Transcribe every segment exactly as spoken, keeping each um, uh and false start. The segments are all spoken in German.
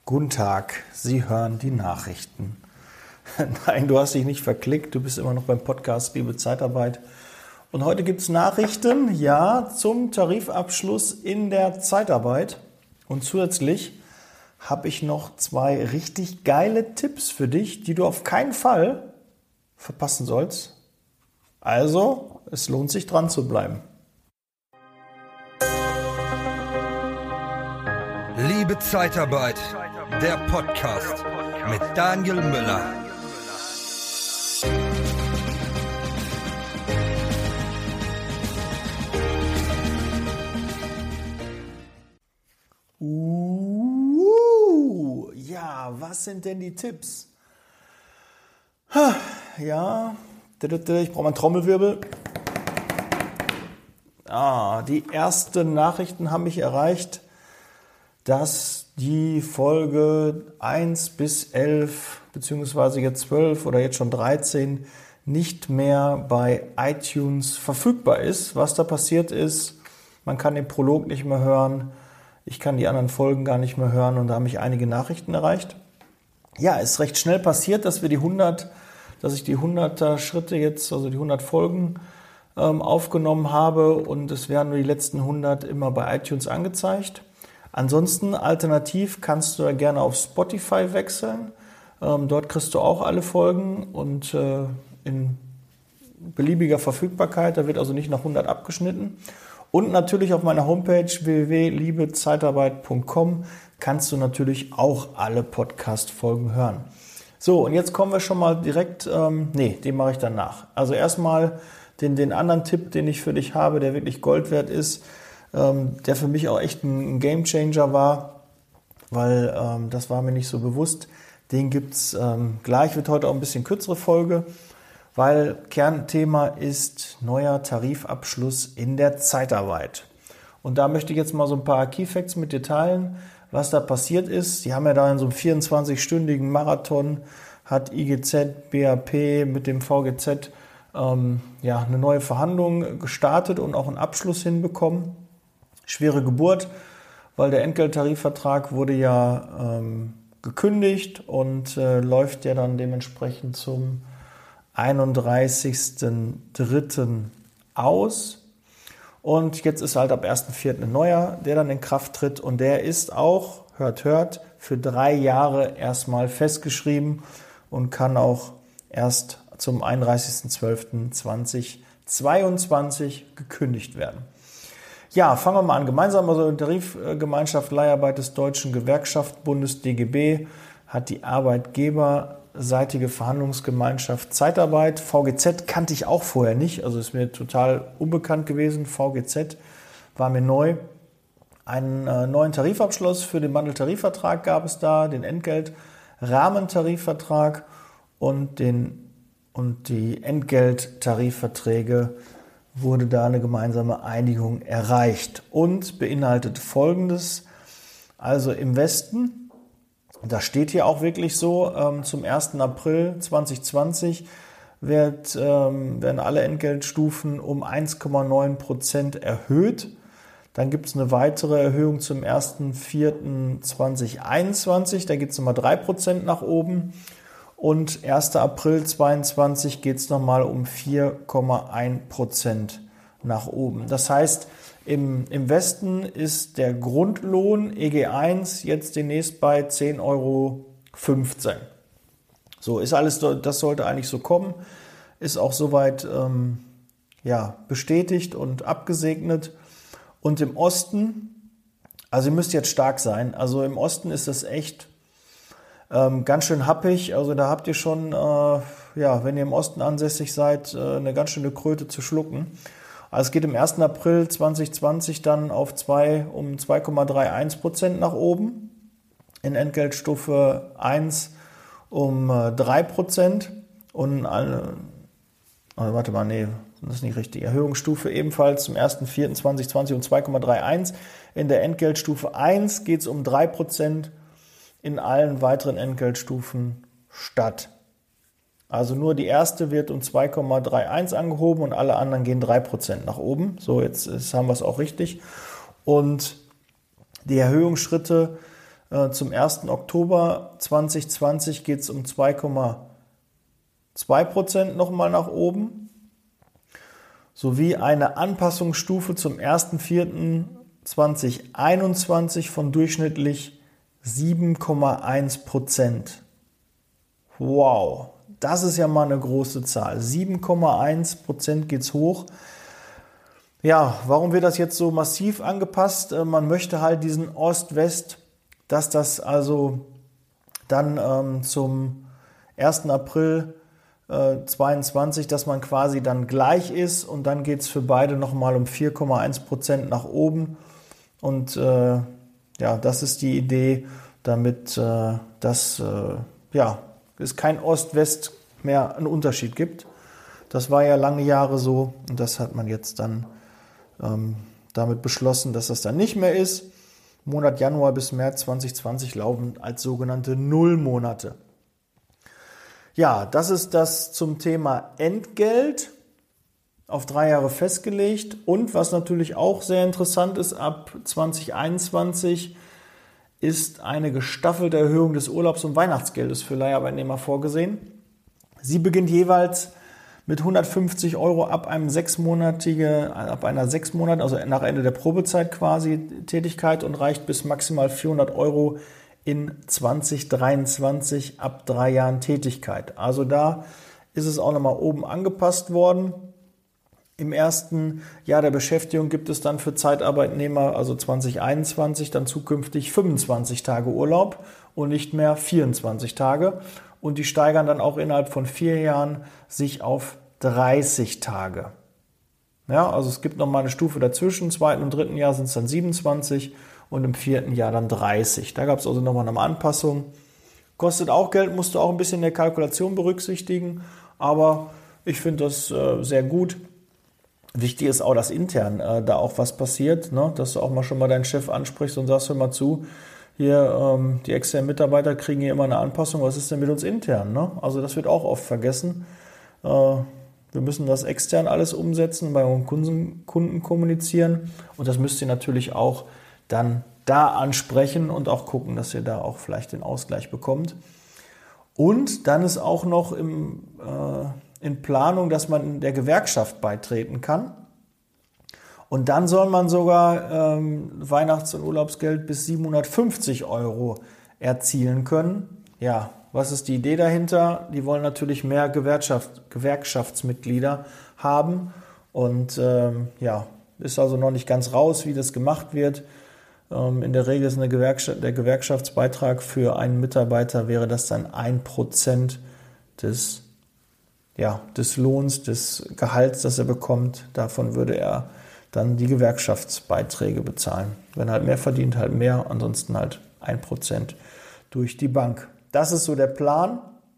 Guten Tag, Sie hören die Nachrichten. Nein, du hast dich nicht verklickt, du bist immer noch beim Podcast Liebe Zeitarbeit. Und heute gibt es Nachrichten, ja, zum Tarifabschluss in der Zeitarbeit. Und zusätzlich habe ich noch zwei richtig geile Tipps für dich, die du auf keinen Fall verpassen sollst. Also, es lohnt sich dran zu bleiben. Liebe Zeitarbeit, der Podcast mit Daniel Müller. Uh, ja, was sind denn die Tipps? Ja, ich brauche mal einen Trommelwirbel. Ah, die ersten Nachrichten haben mich erreicht, dass die Folge eins bis elf beziehungsweise jetzt zwölf oder jetzt schon dreizehn nicht mehr bei iTunes verfügbar ist. Was da passiert ist, man kann den Prolog nicht mehr hören, ich kann die anderen Folgen gar nicht mehr hören und da haben mich einige Nachrichten erreicht. Ja, es ist recht schnell passiert, dass wir die hundert, dass ich die hunderter Schritte jetzt, also die hundert Folgen ähm, aufgenommen habe und es werden nur die letzten hundert immer bei iTunes angezeigt. Ansonsten, alternativ kannst du da gerne auf Spotify wechseln. Ähm, dort kriegst du auch alle Folgen und äh, in beliebiger Verfügbarkeit. Da wird also nicht nach hundert abgeschnitten. Und natürlich auf meiner Homepage w w w punkt liebe zeitarbeit punkt com kannst du natürlich auch alle Podcast-Folgen hören. So, und jetzt kommen wir schon mal direkt, ähm, nee, den mache ich danach. Also erstmal den, den anderen Tipp, den ich für dich habe, der wirklich Gold wert ist, der für mich auch echt ein Gamechanger war, weil ähm, das war mir nicht so bewusst. Den gibt's ähm, gleich, wird heute auch ein bisschen kürzere Folge, weil Kernthema ist neuer Tarifabschluss in der Zeitarbeit. Und da möchte ich jetzt mal so ein paar Keyfacts mit dir teilen, was da passiert ist. Die haben ja da in so einem vierundzwanzig-stündigen Marathon, hat I G Z, B A P mit dem V G Z ähm, ja, eine neue Verhandlung gestartet und auch einen Abschluss hinbekommen. Schwere Geburt, weil der Entgelttarifvertrag wurde ja ähm, gekündigt und äh, läuft ja dann dementsprechend zum einunddreißigsten dritten aus. Und jetzt ist halt ab ersten vierten ein neuer, der dann in Kraft tritt und der ist auch, hört, hört, für drei Jahre erstmal festgeschrieben und kann auch erst zum einunddreißigsten zwölften zweitausendzweiundzwanzig gekündigt werden. Ja, fangen wir mal an. Gemeinsam, also die Tarifgemeinschaft Leiharbeit des Deutschen Gewerkschaftsbundes D G B hat die arbeitgeberseitige Verhandlungsgemeinschaft Zeitarbeit. V G Z kannte ich auch vorher nicht, also ist mir total unbekannt gewesen. V G Z war mir neu. Einen äh, neuen Tarifabschluss für den Bandeltarifvertrag gab es da, den Entgeltrahmentarifvertrag und, den, und die Entgelttarifverträge wurde da eine gemeinsame Einigung erreicht und beinhaltet Folgendes. Also im Westen, das steht hier auch wirklich so, ähm, zum ersten April zweitausendzwanzig wird, ähm, werden alle Entgeltstufen um eins Komma neun Prozent erhöht. Dann gibt es eine weitere Erhöhung zum ersten vierten zweitausendeinundzwanzig, da geht es nochmal drei Prozent nach oben. Und erster April zweitausendzweiundzwanzig geht es nochmal um vier Komma eins Prozent nach oben. Das heißt, im, im Westen ist der Grundlohn E G eins jetzt demnächst bei zehn Euro fünfzehn. So ist alles, das sollte eigentlich so kommen, ist auch soweit ähm, ja, bestätigt und abgesegnet. Und im Osten, also ihr müsst jetzt stark sein, also im Osten ist das echt Ähm, ganz schön happig, also da habt ihr schon, äh, ja, wenn ihr im Osten ansässig seid, äh, eine ganz schöne Kröte zu schlucken. Also es geht im ersten April zweitausendzwanzig dann auf zwei, um zwei Komma einunddreißig Prozent nach oben, in Entgeltstufe eins um äh, drei Prozent und äh, oh, warte mal, nee, das ist nicht richtig. Erhöhungsstufe ebenfalls zum ersten vierten zweitausendzwanzig um zwei Komma einunddreißig. In der Entgeltstufe eins geht es um drei Prozent. In allen weiteren Entgeltstufen statt. Also nur die erste wird um zwei Komma einunddreißig angehoben und alle anderen gehen drei Prozent nach oben. So, jetzt, jetzt haben wir es auch richtig. Und die Erhöhungsschritte Äh, zum ersten Oktober zweitausendzwanzig geht es um zwei Komma zwei Prozent nochmal nach oben, sowie eine Anpassungsstufe zum ersten vierten zweitausendeinundzwanzig von durchschnittlich sieben Komma eins Prozent. Wow, das ist ja mal eine große Zahl. sieben Komma eins Prozent geht's hoch. Ja, warum wird das jetzt so massiv angepasst? Man möchte halt diesen Ost-West, dass das also dann ähm, zum ersten April äh, zweiundzwanzig, dass man quasi dann gleich ist und dann geht es für beide nochmal um vier Komma eins Prozent nach oben. Und äh, ja, das ist die Idee, damit äh, das, äh, ja, es kein Ost-West mehr einen Unterschied gibt. Das war ja lange Jahre so und das hat man jetzt dann ähm, damit beschlossen, dass das dann nicht mehr ist. Monat Januar bis März zweitausendzwanzig laufen als sogenannte Nullmonate. Ja, das ist das zum Thema Entgelt, auf drei Jahre festgelegt. Und was natürlich auch sehr interessant ist, ab zweitausendeinundzwanzig ist eine gestaffelte Erhöhung des Urlaubs- und Weihnachtsgeldes für Leiharbeitnehmer vorgesehen. Sie beginnt jeweils mit hundertfünfzig Euro ab einem sechsmonatige, ab einer sechs Monate, also nach Ende der Probezeit quasi Tätigkeit und reicht bis maximal vierhundert Euro in zweitausenddreiundzwanzig ab drei Jahren Tätigkeit. Also da ist es auch nochmal oben angepasst worden. Im ersten Jahr der Beschäftigung gibt es dann für Zeitarbeitnehmer, also zweitausendeinundzwanzig, dann zukünftig fünfundzwanzig Tage Urlaub und nicht mehr vierundzwanzig Tage. Und die steigern dann auch innerhalb von vier Jahren sich auf dreißig Tage. Ja, also es gibt nochmal eine Stufe dazwischen. Im zweiten und dritten Jahr sind es dann siebenundzwanzig und im vierten Jahr dann dreißig. Da gab es also nochmal eine Anpassung. Kostet auch Geld, musst du auch ein bisschen in der Kalkulation berücksichtigen. Aber ich finde das äh, sehr gut. Wichtig ist auch, dass intern äh, da auch was passiert, ne? Dass du auch mal schon mal deinen Chef ansprichst und sagst, hör mal zu, hier ähm, die externen Mitarbeiter kriegen hier immer eine Anpassung, was ist denn mit uns intern? Ne? Also das wird auch oft vergessen. Äh, wir müssen das extern alles umsetzen, bei unseren Kunden, Kunden kommunizieren und das müsst ihr natürlich auch dann da ansprechen und auch gucken, dass ihr da auch vielleicht den Ausgleich bekommt. Und dann ist auch noch im äh, in Planung, dass man der Gewerkschaft beitreten kann. Und dann soll man sogar ähm, Weihnachts- und Urlaubsgeld bis siebenhundertfünfzig Euro erzielen können. Ja, was ist die Idee dahinter? Die wollen natürlich mehr Gewerkschaft, Gewerkschaftsmitglieder haben. Und ähm, ja, ist also noch nicht ganz raus, wie das gemacht wird. Ähm, in der Regel ist eine Gewerkschaft, der Gewerkschaftsbeitrag für einen Mitarbeiter wäre das dann ein Prozent des Ja, des Lohns, des Gehalts, das er bekommt, davon würde er dann die Gewerkschaftsbeiträge bezahlen. Wenn er halt mehr verdient, halt mehr, ansonsten halt ein Prozent durch die Bank. Das ist so der Plan.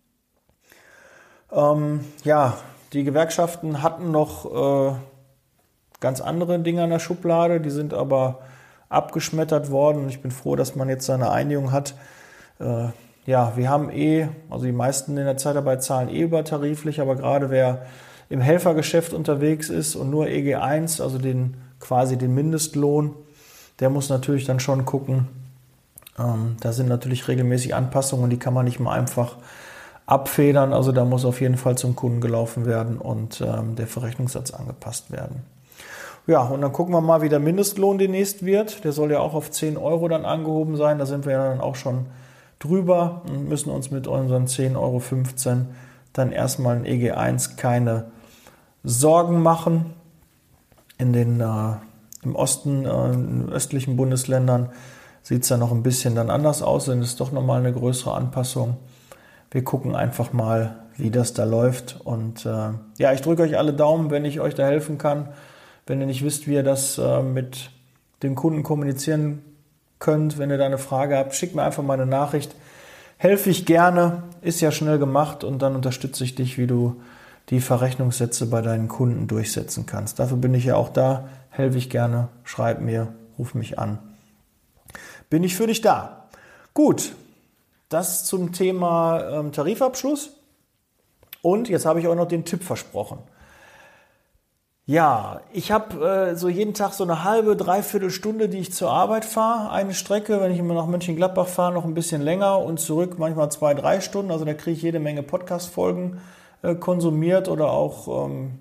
Ähm, ja, die Gewerkschaften hatten noch äh, ganz andere Dinge in der Schublade, die sind aber abgeschmettert worden. Ich bin froh, dass man jetzt eine Einigung hat. Äh, Ja, wir haben eh, also die meisten in der Zeitarbeit zahlen eh übertariflich, aber gerade wer im Helfergeschäft unterwegs ist und nur E G eins, also den quasi den Mindestlohn, der muss natürlich dann schon gucken. Ähm, da sind natürlich regelmäßig Anpassungen, die kann man nicht mal einfach abfedern. Also da muss auf jeden Fall zum Kunden gelaufen werden und ähm, der Verrechnungssatz angepasst werden. Ja, und dann gucken wir mal, wie der Mindestlohn demnächst wird. Der soll ja auch auf zehn Euro dann angehoben sein. Da sind wir ja dann auch schon drüber und müssen uns mit unseren zehn Euro fünfzehn dann erstmal in E G eins keine Sorgen machen. In den, äh, im Osten, äh, in den östlichen Bundesländern sieht es ja noch ein bisschen dann anders aus, dann ist doch nochmal eine größere Anpassung. Wir gucken einfach mal, wie das da läuft. Und äh, ja, ich drücke euch alle Daumen, wenn ich euch da helfen kann. Wenn ihr nicht wisst, wie ihr das äh, mit den Kunden kommunizieren könnt, wenn ihr da eine Frage habt, schickt mir einfach mal eine Nachricht. Helfe ich gerne, ist ja schnell gemacht und dann unterstütze ich dich, wie du die Verrechnungssätze bei deinen Kunden durchsetzen kannst. Dafür bin ich ja auch da, helfe ich gerne, schreib mir, ruf mich an. Bin ich für dich da. Gut, das zum Thema ähm, Tarifabschluss. Und jetzt habe ich euch noch den Tipp versprochen. Ja, ich habe äh, so jeden Tag so eine halbe, dreiviertel Stunde, die ich zur Arbeit fahre. Eine Strecke, wenn ich immer nach Mönchengladbach fahre, noch ein bisschen länger und zurück manchmal zwei, drei Stunden. Also da kriege ich jede Menge Podcast-Folgen äh, konsumiert oder auch ähm,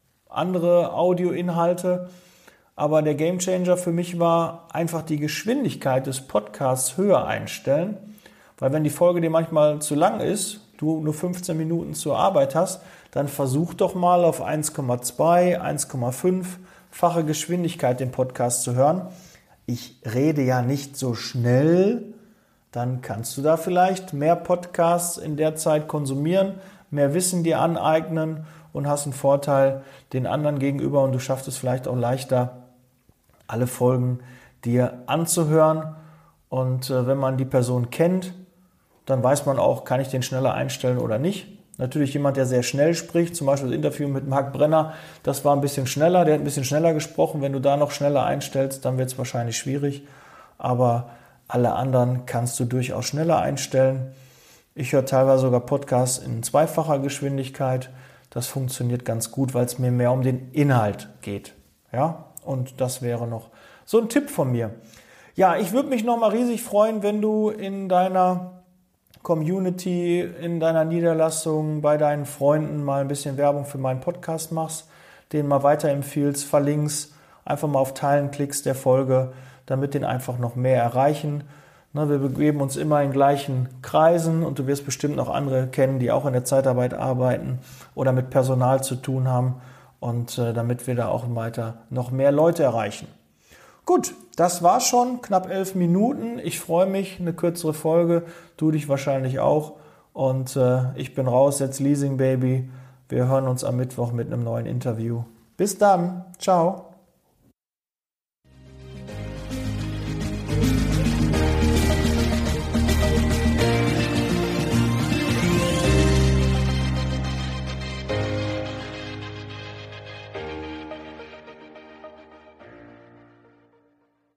andere Audioinhalte. Aber der Gamechanger für mich war einfach die Geschwindigkeit des Podcasts höher einstellen. Weil wenn die Folge dir manchmal zu lang ist, du nur fünfzehn Minuten zur Arbeit hast, dann versuch doch mal auf eins Komma zwei, eins Komma fünf-fache Geschwindigkeit den Podcast zu hören. Ich rede ja nicht so schnell, dann kannst du da vielleicht mehr Podcasts in der Zeit konsumieren, mehr Wissen dir aneignen und hast einen Vorteil den anderen gegenüber und du schaffst es vielleicht auch leichter, alle Folgen dir anzuhören. Und äh, wenn man die Person kennt, dann weiß man auch, kann ich den schneller einstellen oder nicht. Natürlich jemand, der sehr schnell spricht, zum Beispiel das Interview mit Marc Brenner, das war ein bisschen schneller, der hat ein bisschen schneller gesprochen. Wenn du da noch schneller einstellst, dann wird es wahrscheinlich schwierig. Aber alle anderen kannst du durchaus schneller einstellen. Ich höre teilweise sogar Podcasts in zweifacher Geschwindigkeit. Das funktioniert ganz gut, weil es mir mehr um den Inhalt geht. Ja, und das wäre noch so ein Tipp von mir. Ja, ich würde mich nochmal riesig freuen, wenn du in deiner Community, in deiner Niederlassung, bei deinen Freunden mal ein bisschen Werbung für meinen Podcast machst, den mal weiterempfiehlst, verlinkst, einfach mal auf Teilen klickst der Folge, damit den einfach noch mehr erreichen. Wir begeben uns immer in gleichen Kreisen und du wirst bestimmt noch andere kennen, die auch in der Zeitarbeit arbeiten oder mit Personal zu tun haben und äh, damit wir da auch weiter noch mehr Leute erreichen. Gut, das war schon, knapp elf Minuten. Ich freue mich, eine kürzere Folge, du dich wahrscheinlich auch. Und äh, ich bin raus, jetzt Leasing Baby. Wir hören uns am Mittwoch mit einem neuen Interview. Bis dann, ciao.